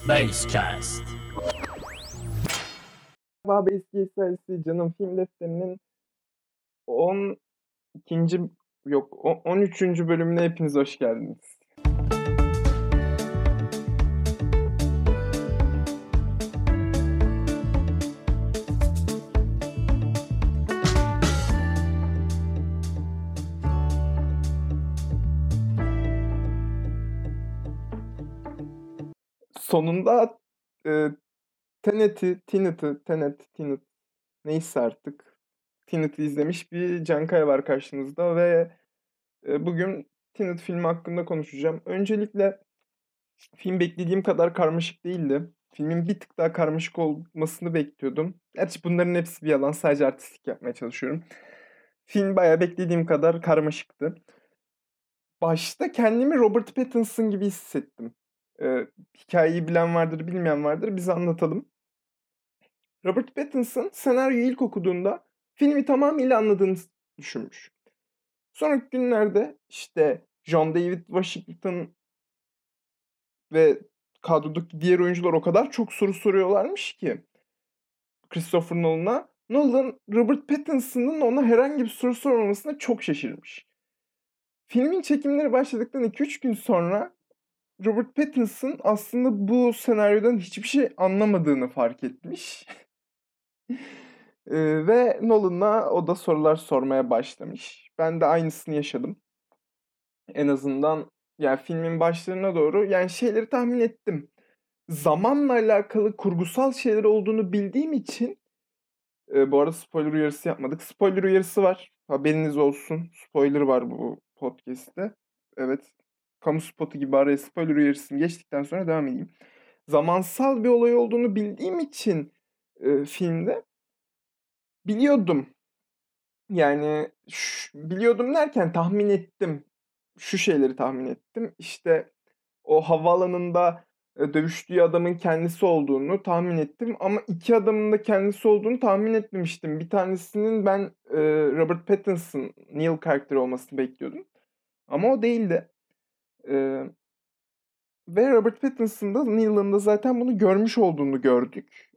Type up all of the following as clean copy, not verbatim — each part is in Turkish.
Basecast. Merhaba Eski Hikayesi Canım Film Defteri'nin 12. 13. bölümüne hepiniz hoş geldiniz. Sonunda Tenet neyse artık Tenet'i izlemiş bir Cankaya var karşınızda ve bugün Tenet filmi hakkında konuşacağım. Öncelikle film beklediğim kadar karmaşık değildi. Filmin bir tık daha karmaşık olmasını bekliyordum. Gerçi bunların hepsi bir yalan. Sadece artistik yapmaya çalışıyorum. Film bayağı beklediğim kadar karmaşıktı. Başta kendimi Robert Pattinson gibi hissettim. Hikayeyi bilen vardır, bilmeyen vardır. Biz anlatalım. Robert Pattinson senaryoyu ilk okuduğunda filmi tamamıyla anladığını düşünmüş. Sonraki günlerde işte John David Washington ve kadrodaki diğer oyuncular o kadar çok soru soruyorlarmış ki Christopher Nolan'a. Nolan, Robert Pattinson'ın ona herhangi bir soru sormamasına çok şaşırmış. Filmin çekimleri başladıktan 2-3 gün sonra Robert Pattinson aslında bu senaryodan hiçbir şey anlamadığını fark etmiş. Ve Nolan'a o da sorular sormaya başlamış. Ben de aynısını yaşadım. En azından yani filmin başlarına doğru yani şeyleri tahmin ettim. Zamanla alakalı kurgusal şeyler olduğunu bildiğim için bu arada spoiler uyarısı yapmadık. Spoiler uyarısı var. Haberiniz olsun. Spoiler var bu podcast'te. Evet. Kamu spotu gibi araya spoiler uyarısını geçtikten sonra devam edeyim. Zamansal bir olay olduğunu bildiğim için filmde biliyordum. Yani biliyordum derken tahmin ettim. Şu şeyleri tahmin ettim. İşte o havaalanında dövüştüğü adamın kendisi olduğunu tahmin ettim. Ama iki adamın da kendisi olduğunu tahmin etmemiştim. Bir tanesinin ben Robert Pattinson, Neil karakteri olmasını bekliyordum. Ama o değildi. E, Ve Robert Pattinson'da Neil'ın da zaten bunu görmüş olduğunu gördük.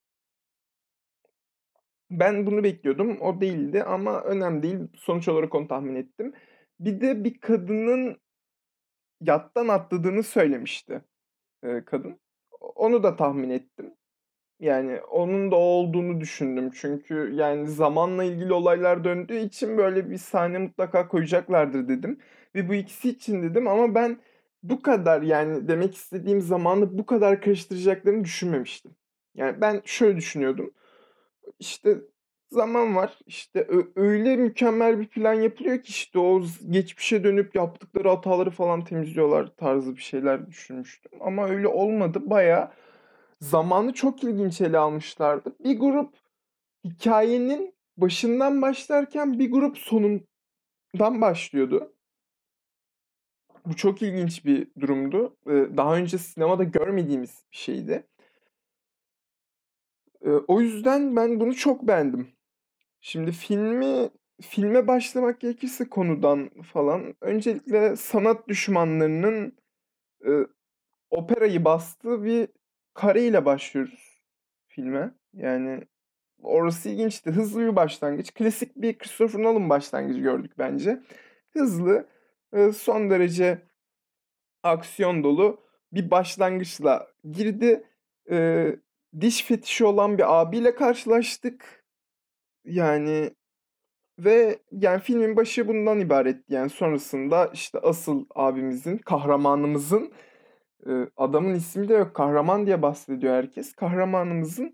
Ben bunu bekliyordum. O değildi ama önemli değil. Sonuç olarak onu tahmin ettim. Bir de bir kadının yattan atladığını söylemişti kadın. Onu da tahmin ettim. Yani onun da o olduğunu düşündüm. Çünkü yani zamanla ilgili olaylar döndüğü için böyle bir sahne mutlaka koyacaklardır dedim. Ve bu ikisi için dedim ama ben bu kadar yani demek istediğim zamanı bu kadar karıştıracaklarını düşünmemiştim. Yani ben şöyle düşünüyordum. İşte zaman var. İşte öyle mükemmel bir plan yapılıyor ki işte o geçmişe dönüp yaptıkları hataları falan temizliyorlar tarzı bir şeyler düşünmüştüm. Ama öyle olmadı. Bayağı zamanı çok ilginç ele almışlardı. Bir grup hikayenin başından başlarken bir grup sonundan başlıyordu. Bu çok ilginç bir durumdu. Daha önce sinemada görmediğimiz bir şeydi. O yüzden ben bunu çok beğendim. Şimdi filme başlamak gerekirse konudan falan öncelikle sanat düşmanlarının e, operayı bastığı bir kareyle başlıyoruz filme. Yani orası ilginçti. Hızlı bir başlangıç. Klasik bir Christopher Nolan başlangıcı gördük bence. Hızlı, son derece aksiyon dolu bir başlangıçla girdi. E, Diş fetişi olan bir abiyle karşılaştık. Yani ve yani filmin başı bundan ibaretti. Yani sonrasında işte asıl abimizin, kahramanımızın adamın ismi de yok. Kahraman diye bahsediyor herkes. Kahramanımızın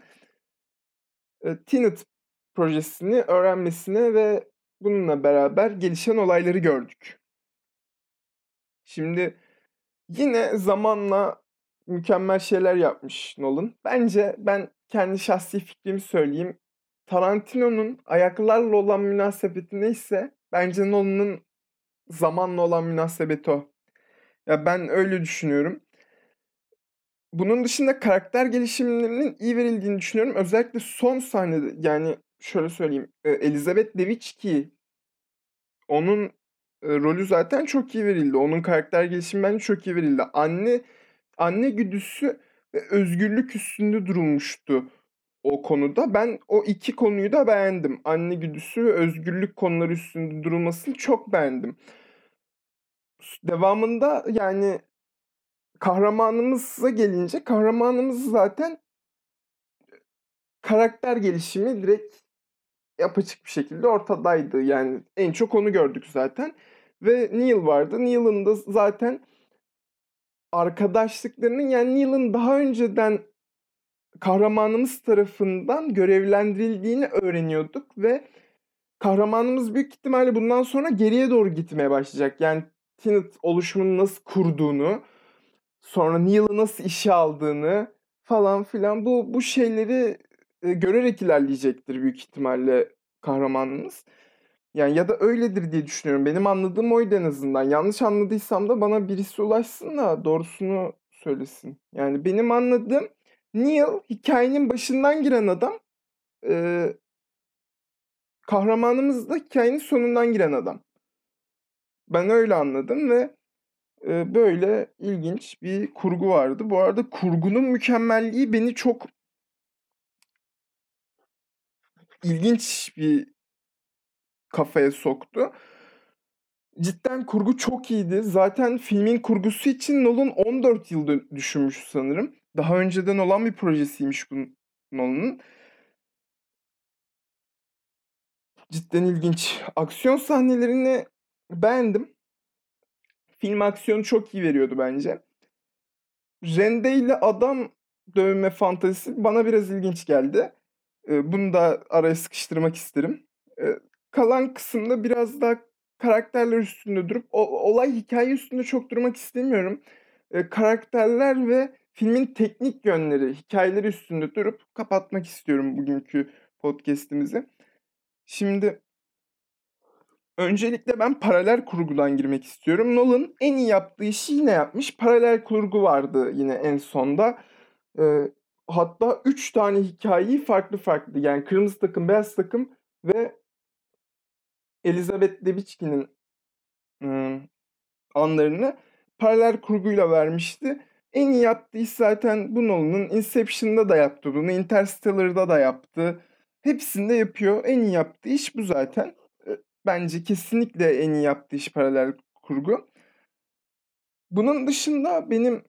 Tenet projesini öğrenmesine ve bununla beraber gelişen olayları gördük. Şimdi yine zamanla mükemmel şeyler yapmış Nolan. Bence ben kendi şahsi fikrimi söyleyeyim. Tarantino'nun ayaklarla olan münasebeti neyse bence Nolan'ın zamanla olan münasebeti o. Ya ben öyle düşünüyorum. Bunun dışında karakter gelişimlerinin iyi verildiğini düşünüyorum. Özellikle son sahnede yani şöyle söyleyeyim. Elizabeth Debicki onun rolü zaten çok iyi verildi. Onun karakter gelişimi bence çok iyi verildi. Anne güdüsü ve özgürlük üstünde durulmuştu o konuda. Ben o iki konuyu da beğendim. Anne güdüsü ve özgürlük konuları üstünde durulmasını çok beğendim. Devamında yani kahramanımıza gelince kahramanımız zaten karakter gelişimi direkt apaçık bir şekilde ortadaydı. Yani en çok onu gördük zaten. Ve Neil vardı. Neil'ın da zaten arkadaşlıklarının yani Neil'ın daha önceden kahramanımız tarafından görevlendirildiğini öğreniyorduk ve kahramanımız büyük ihtimalle bundan sonra geriye doğru gitmeye başlayacak. Yani Tenet oluşumunu nasıl kurduğunu, sonra Neil'ı nasıl işe aldığını falan filan bu şeyleri görerek ilerleyecektir büyük ihtimalle kahramanımız. Yani ya da öyledir diye düşünüyorum. Benim anladığım oydu en azından. Yanlış anladıysam da bana birisi ulaşsın da doğrusunu söylesin. Yani benim anladığım Neil hikayenin başından giren adam. Ee, Kahramanımız da hikayenin sonundan giren adam. Ben öyle anladım ve böyle ilginç bir kurgu vardı. Bu arada kurgunun mükemmelliği beni çok ilginç bir kafaya soktu. Cidden kurgu çok iyiydi. Zaten filmin kurgusu için Nolan 14 yıl düşünmüş sanırım. Daha önceden olan bir projesiymiş bu Nolan'ın. Cidden ilginç. Aksiyon sahnelerini beğendim. Film aksiyonu çok iyi veriyordu bence. Rende ile adam dövme fantezisi bana biraz ilginç geldi. Bunu da araya sıkıştırmak isterim. Kalan kısımda biraz daha karakterler üstünde durup olay hikaye üstünde çok durmak istemiyorum. Karakterler ve filmin teknik yönleri, hikayeleri üstünde durup kapatmak istiyorum bugünkü podcast'imizi. Şimdi öncelikle ben paralel kurgudan girmek istiyorum. Nolan en iyi yaptığı işi yine yapmış. Paralel kurgu vardı yine en sonda. Hatta 3 tane hikayeyi farklı farklı yani Kırmızı Takım, Beyaz Takım ve Elizabeth Debicki'nin anlarını paralel kurguyla vermişti. En iyi yaptığı iş zaten bu Nolan'ın. Inception'da da yaptı bunu, Interstellar'da da yaptı. Hepsinde yapıyor. En iyi yaptığı iş bu zaten. Bence kesinlikle en iyi yaptığı iş paralel kurgu. Bunun dışında benim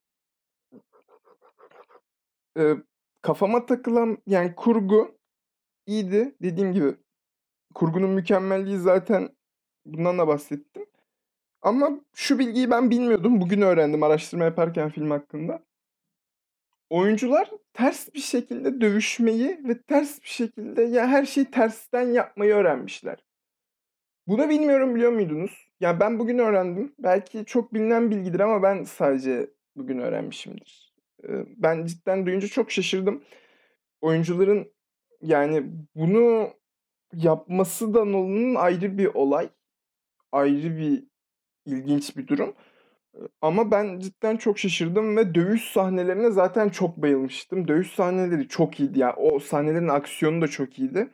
e, kafama takılan yani kurgu iyiydi. Dediğim gibi kurgunun mükemmelliği zaten bundan da bahsettim. Ama şu bilgiyi ben bilmiyordum. Bugün öğrendim araştırma yaparken film hakkında. Oyuncular ters bir şekilde dövüşmeyi ve ters bir şekilde ya her şeyi tersten yapmayı öğrenmişler. Bunu bilmiyorum biliyor muydunuz? Ya ben bugün öğrendim. Belki çok bilinen bilgidir ama ben sadece bugün öğrenmişimdir. Ben cidden duyunca çok şaşırdım. Oyuncuların yani bunu yapması da Nolan'ın ayrı bir olay. Ayrı bir ilginç bir durum. Ama ben cidden çok şaşırdım ve dövüş sahnelerine zaten çok bayılmıştım. Dövüş sahneleri çok iyiydi ya. O sahnelerin aksiyonu da çok iyiydi.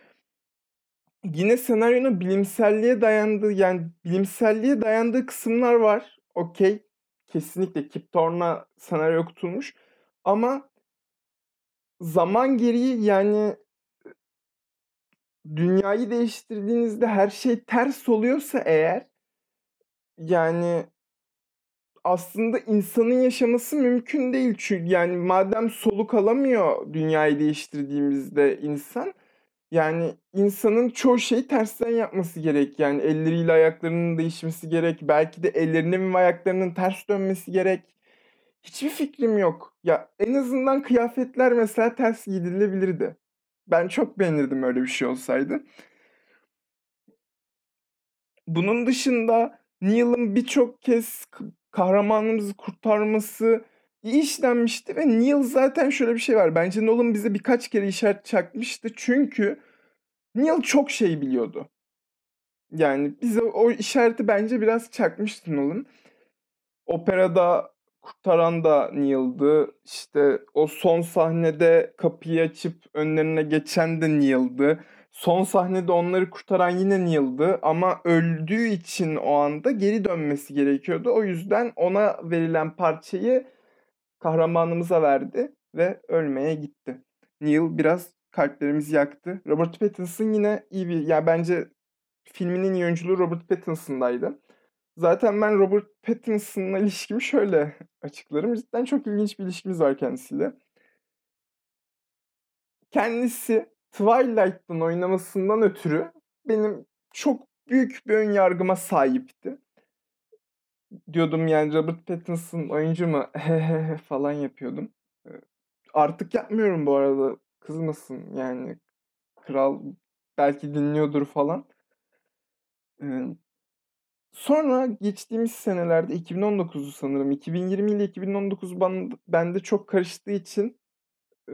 Yine senaryonun bilimselliğe dayandığı yani bilimselliğe dayandığı kısımlar var. Okey. Kesinlikle Kip Thorne'a senaryo okutulmuş. Ama zaman gereği yani dünyayı değiştirdiğinizde her şey ters oluyorsa eğer yani aslında insanın yaşaması mümkün değil. Çünkü yani madem soluk alamıyor dünyayı değiştirdiğimizde insan yani insanın çoğu şeyi tersten yapması gerek. Yani elleriyle ayaklarının değişmesi gerek. Belki de ellerinin ve ayaklarının ters dönmesi gerek. Hiçbir fikrim yok. Ya en azından kıyafetler mesela ters giydirilebilirdi. Ben çok beğenirdim öyle bir şey olsaydı. Bunun dışında Neil'ın birçok kez kahramanımızı kurtarması iyi işlenmişti ve Neil zaten şöyle bir şey var. Bence Nolan bize birkaç kere işaret çakmıştı. Çünkü Neil çok şey biliyordu. Yani bize o işareti bence biraz çakmıştı Nolan. Operada kurtaran da Neil'dı. İşte o son sahnede kapıyı açıp önlerine geçen de Neil'dı. Son sahnede onları kurtaran yine Neil'dı ama öldüğü için o anda geri dönmesi gerekiyordu. O yüzden ona verilen parçayı kahramanımıza verdi ve ölmeye gitti. Neil biraz kalplerimizi yaktı. Robert Pattinson yine iyi bir... Ya bence filmin en iyi oyunculuğu Robert Pattinson'daydı. Zaten ben Robert Pattinson'la ilişkimi şöyle açıklarım. Cidden çok ilginç bir ilişkimiz var kendisiyle. Kendisi Twilight'ın oynamasından ötürü benim çok büyük bir ön yargıma sahipti. Diyordum yani Robert Pattinson oyuncu mu? falan yapıyordum. Artık yapmıyorum bu arada. Kızmasın yani. Kral belki dinliyordur falan. Ee, Sonra geçtiğimiz senelerde 2019'u sanırım 2020 ile 2019 bende çok karıştığı için e,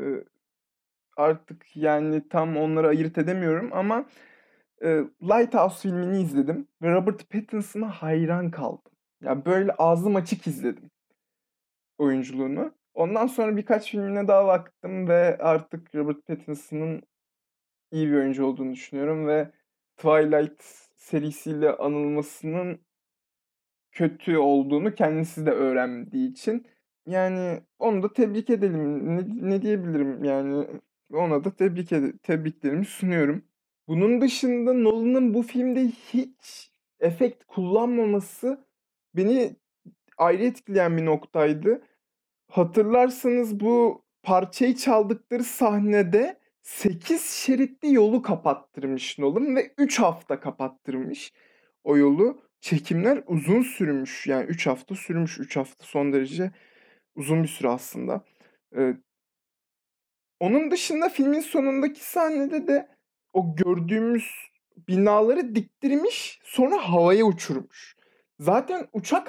artık yani tam onları ayırt edemiyorum ama Lighthouse filmini izledim ve Robert Pattinson'a hayran kaldım. Ya böyle ağzım açık izledim oyunculuğunu. Ondan sonra birkaç filmine daha baktım ve artık Robert Pattinson'ın iyi bir oyuncu olduğunu düşünüyorum ve Twilight serisiyle anılmasının kötü olduğunu kendisi de öğrendiği için yani onu da tebrik edelim. Ne diyebilirim yani ona da tebriklerimi sunuyorum. Bunun dışında Nolan'ın bu filmde hiç efekt kullanmaması beni ayrı etkileyen bir noktaydı. Hatırlarsanız bu parçayı çaldıkları sahnede 8 şeritli yolu kapattırmış Nolan ve 3 hafta kapattırmış o yolu. Çekimler uzun sürmüş. Yani 3 hafta sürmüş. 3 hafta son derece uzun bir süre aslında. Ee, Onun dışında filmin sonundaki sahnede de o gördüğümüz binaları diktirmiş, sonra havaya uçurmuş. Zaten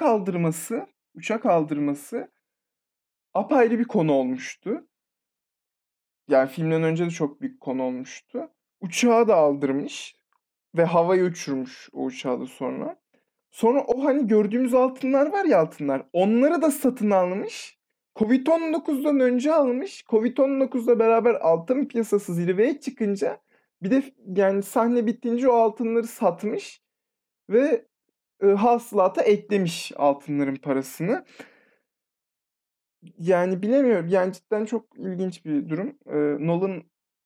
uçak aldırması apayrı bir konu olmuştu. Yani filmden önce de çok büyük konu olmuştu. Uçağı da aldırmış ve havaya uçurmuş o uçağı da sonra. Sonra o hani gördüğümüz altınlar var ya altınlar. Onları da satın almış. Covid-19'dan önce almış. Covid-19'la beraber altın piyasası zirveye çıkınca bir de yani sahne bittince o altınları satmış ve hasılata eklemiş altınların parasını. Yani bilemiyorum. Yani cidden çok ilginç bir durum. Nolan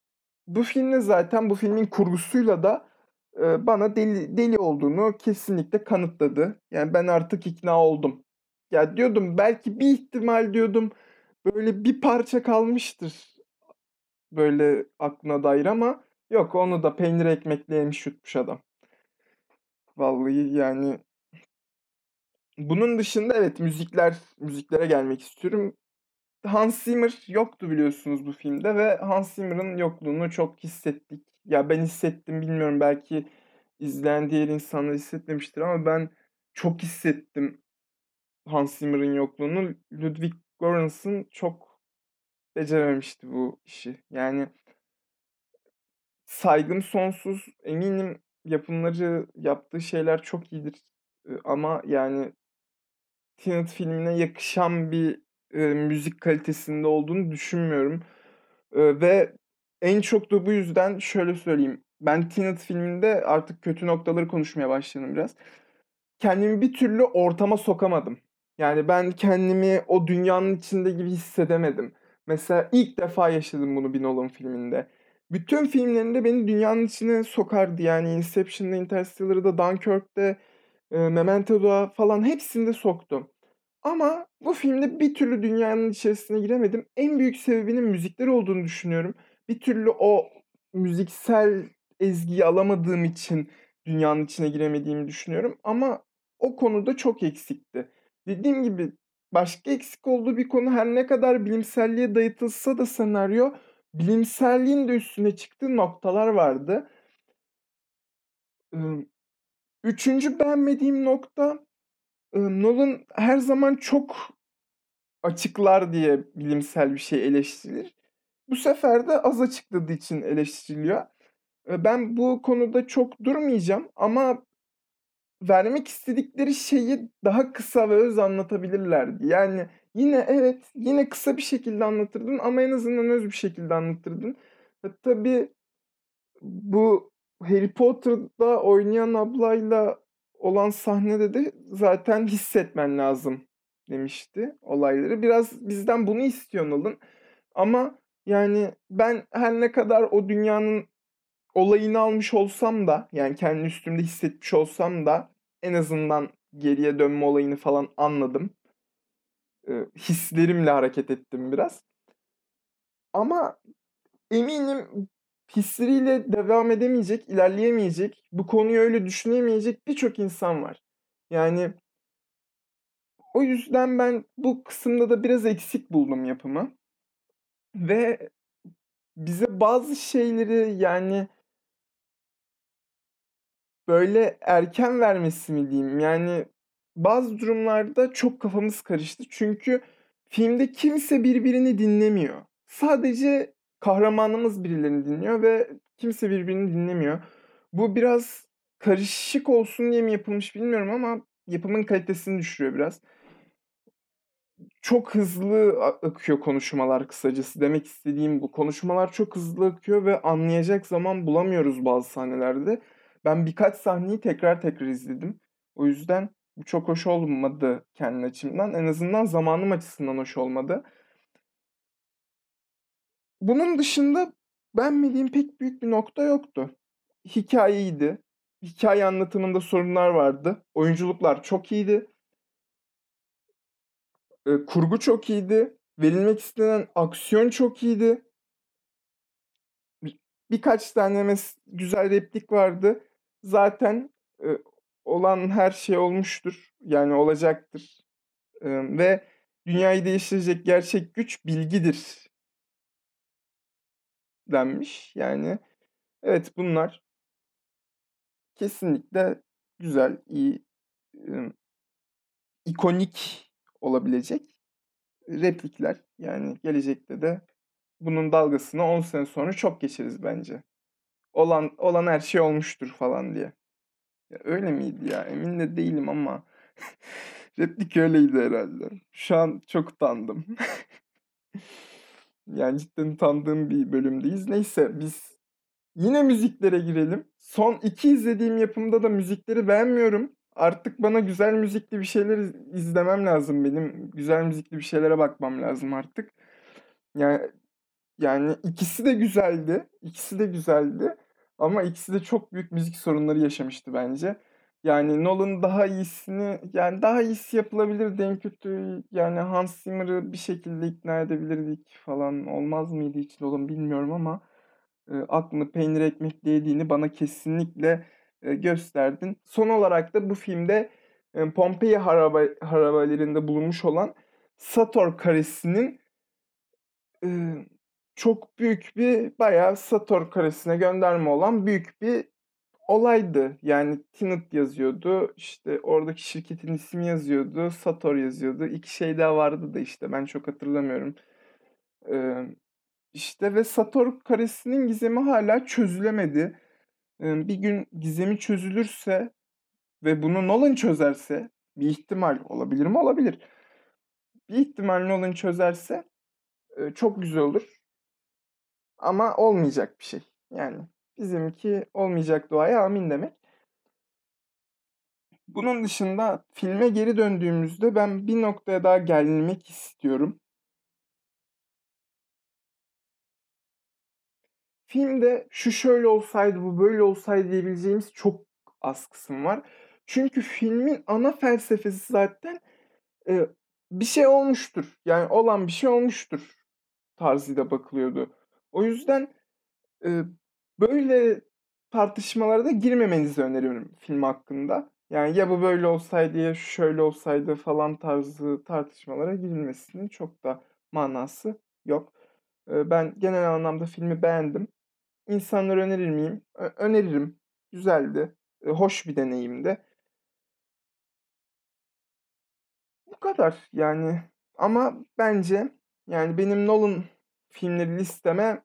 bu filmin kurgusuyla da bana deli olduğunu kesinlikle kanıtladı. Yani ben artık ikna oldum. Ya diyordum belki bir ihtimal diyordum böyle bir parça kalmıştır böyle aklına dair ama yok onu da peynir ekmekle yemiş yutmuş adam. Vallahi yani bunun dışında evet müziklere gelmek istiyorum. Hans Zimmer yoktu biliyorsunuz bu filmde ve Hans Zimmer'ın yokluğunu çok hissettik. Ya ben hissettim bilmiyorum belki izleyen diğer insanlar hissetmemiştir ama ben çok hissettim Hans Zimmer'ın yokluğunu. Ludwig Göransson çok becerememişti bu işi. Yani saygım sonsuz. Eminim yaptığı şeyler çok iyidir. Ama yani Tenet filmine yakışan bir müzik kalitesinde olduğunu düşünmüyorum. Ve en çok da bu yüzden şöyle söyleyeyim. Ben Tenet filminde artık kötü noktaları konuşmaya başladım biraz. Kendimi bir türlü ortama sokamadım. Yani ben kendimi o dünyanın içinde gibi hissedemedim. Mesela ilk defa yaşadım bunu bir Nolan filminde. Bütün filmlerinde beni dünyanın içine sokardı. Yani Inception'da, Interstellar'da, Dunkirk'te, Memento'da falan hepsinde soktu. Ama bu filmde bir türlü dünyanın içerisine giremedim. En büyük sebebinin müzikler olduğunu düşünüyorum. Bir türlü o müziksel ezgiyi alamadığım için dünyanın içine giremediğimi düşünüyorum. Ama o konuda çok eksikti. Dediğim gibi başka eksik olduğu bir konu her ne kadar bilimselliğe dayatılsa da senaryo bilimselliğin de üstüne çıktığı noktalar vardı. Iı, Üçüncü beğenmediğim nokta Nolan her zaman çok açıklar diye bilimsel bir şey eleştirilir. Bu sefer de az açıkladığı için eleştiriliyor. Ben bu konuda çok durmayacağım ama vermek istedikleri şeyi daha kısa ve öz anlatabilirlerdi. Yani yine evet, yine kısa bir şekilde anlatırdın ama en azından öz bir şekilde anlatırdın. Tabii bu Harry Potter'da oynayan ablayla olan sahnede de zaten hissetmen lazım demişti olayları. Biraz bizden bunu istiyor Nolan. Ama yani ben her ne kadar o dünyanın olayını almış olsam da yani kendi üstümde hissetmiş olsam da en azından geriye dönme olayını falan anladım. Hislerimle hareket ettim biraz. Ama eminim hisleriyle devam edemeyecek, ilerleyemeyecek, bu konuyu öyle düşünemeyecek birçok insan var. Yani o yüzden ben bu kısımda da biraz eksik buldum yapımı. Ve bize bazı şeyleri yani böyle erken vermesi mi diyeyim? Yani bazı durumlarda çok kafamız karıştı. Çünkü filmde kimse birbirini dinlemiyor. Sadece kahramanımız birilerini dinliyor ve kimse birbirini dinlemiyor. Bu biraz karışık olsun diye mi yapılmış bilmiyorum ama yapımın kalitesini düşürüyor biraz. Çok hızlı akıyor konuşmalar kısacası. Demek istediğim bu. Konuşmalar çok hızlı akıyor ve anlayacak zaman bulamıyoruz bazı sahnelerde. Ben birkaç sahneyi tekrar tekrar izledim. O yüzden bu çok hoş olmadı kendi açımdan. En azından zamanım açısından hoş olmadı. Bunun dışında beğenmediğim pek büyük bir nokta yoktu. Hikayeydi. Hikaye anlatımında sorunlar vardı. Oyunculuklar çok iyiydi. Kurgu çok iyiydi. Verilmek istenen aksiyon çok iyiydi. Birkaç tane güzel replik vardı. Zaten e, olan her şey olmuştur. Yani olacaktır. Ve dünyayı değiştirecek gerçek güç bilgidir denmiş. Yani evet bunlar kesinlikle güzel, iyi, e, ikonik olabilecek replikler. Yani gelecekte de bunun dalgasını 10 sene sonra çok geçeriz bence. Olan her şey olmuştur falan diye. Ya öyle miydi ya? Emin de değilim ama replik öyleydi herhalde. Şu an çok utandım. Yani cidden utandığım bir bölümdeyiz. Neyse biz yine müziklere girelim. Son iki izlediğim yapımda da müzikleri beğenmiyorum. Artık bana güzel müzikli bir şeyler izlemem lazım benim. Güzel müzikli bir şeylere bakmam lazım artık. Yani Yani ikisi de güzeldi. İkisi de güzeldi. Ama ikisi de çok büyük müzik sorunları yaşamıştı bence. Yani Nolan daha iyisini, yani daha iyisi yapılabilirdi en kötü. Yani Hans Zimmer'ı bir şekilde ikna edebilirdik falan. Olmaz mıydı hiç Nolan bilmiyorum ama aklını peynir ekmekle yediğini bana kesinlikle gösterdin. Son olarak da bu filmde Pompei harabelerinde bulunmuş olan Sator karesinin Eee, çok büyük bir bayağı Sator karesine gönderme olan büyük bir olaydı. Yani Tenet yazıyordu. İşte oradaki şirketin ismi yazıyordu. Sator yazıyordu. İki şey daha vardı da işte ben çok hatırlamıyorum. Eee işte ve Sator karesinin gizemi hala çözülemedi. Bir gün gizemi çözülürse ve bunu Nolan çözerse bir ihtimal olabilir mi? Olabilir. Bir ihtimal Nolan çözerse çok güzel olur. Ama olmayacak bir şey. Yani bizimki olmayacak duaya amin demek. Bunun dışında filme geri döndüğümüzde ben bir noktaya daha gelmek istiyorum. Filmde şu şöyle olsaydı, bu böyle olsaydı diyebileceğimiz çok az kısım var. Çünkü filmin ana felsefesi zaten e, bir şey olmuştur. Yani olan bir şey olmuştur tarzıyla bakılıyordu. O yüzden Eee, böyle tartışmalara da girmemenizi öneriyorum film hakkında. Yani ya bu böyle olsaydı ya şu şöyle olsaydı falan tarzı tartışmalara girilmesinin çok da manası yok. Ben genel anlamda filmi beğendim. İnsanlara önerir miyim? Öneririm. Güzeldi. Hoş bir deneyimdi. Bu kadar yani. Ama bence yani benim Nolan filmleri listeme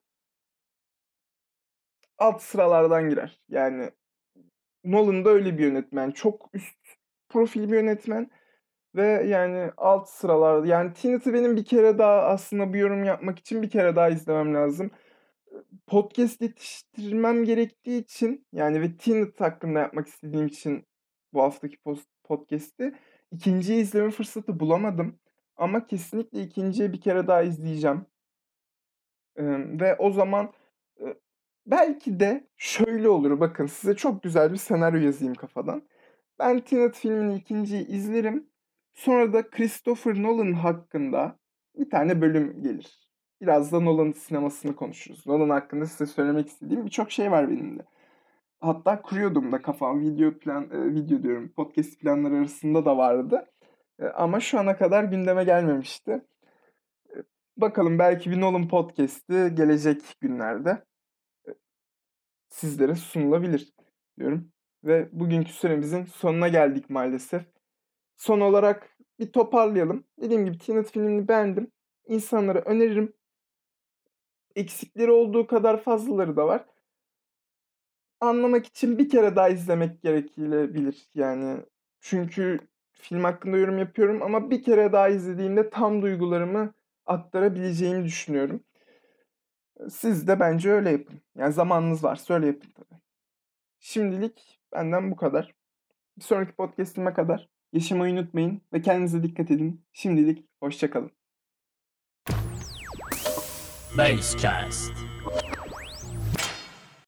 alt sıralardan girer. Yani Nolan da öyle bir yönetmen. Çok üst profil bir yönetmen ve yani alt sıralarda. Yani Tenet'i benim bir kere daha aslında bu yorum yapmak için bir kere daha izlemem lazım. Podcast yetiştirmem gerektiği için yani ve Tenet hakkında yapmak istediğim için bu haftaki podcast'i ikinciyi izleme fırsatı bulamadım. ama kesinlikle 2'nciyi bir kere daha izleyeceğim. Ve o zaman, belki de şöyle olur, bakın size çok güzel bir senaryo yazayım kafadan. Ben Tenet filmini 2'nciyi izlerim. Sonra da Christopher Nolan hakkında bir tane bölüm gelir. Biraz da Nolan sinemasını konuşuruz. Nolan hakkında size söylemek istediğim birçok şey var benim de. Hatta kuruyordum da kafam. Video diyorum, podcast planları arasında da vardı. Ama şu ana kadar gündeme gelmemişti. Bakalım belki bir Nolan podcast'i gelecek günlerde sizlere sunulabilir diyorum. Ve bugünkü süremizin sonuna geldik maalesef. Son olarak bir toparlayalım. Dediğim gibi Tenet filmini beğendim. İnsanlara öneririm. Eksikleri olduğu kadar fazlaları da var. Anlamak için bir kere daha izlemek gerekilebilir. Yani çünkü film hakkında yorum yapıyorum ama bir kere daha izlediğimde tam duygularımı aktarabileceğimi düşünüyorum. Siz de bence öyle yapın. Yani zamanınız varsa öyle yapın tabii. Şimdilik benden bu kadar. Bir sonraki podcast'ime kadar yaşamayı unutmayın ve kendinize dikkat edin. Şimdilik hoşça kalın. Basecast.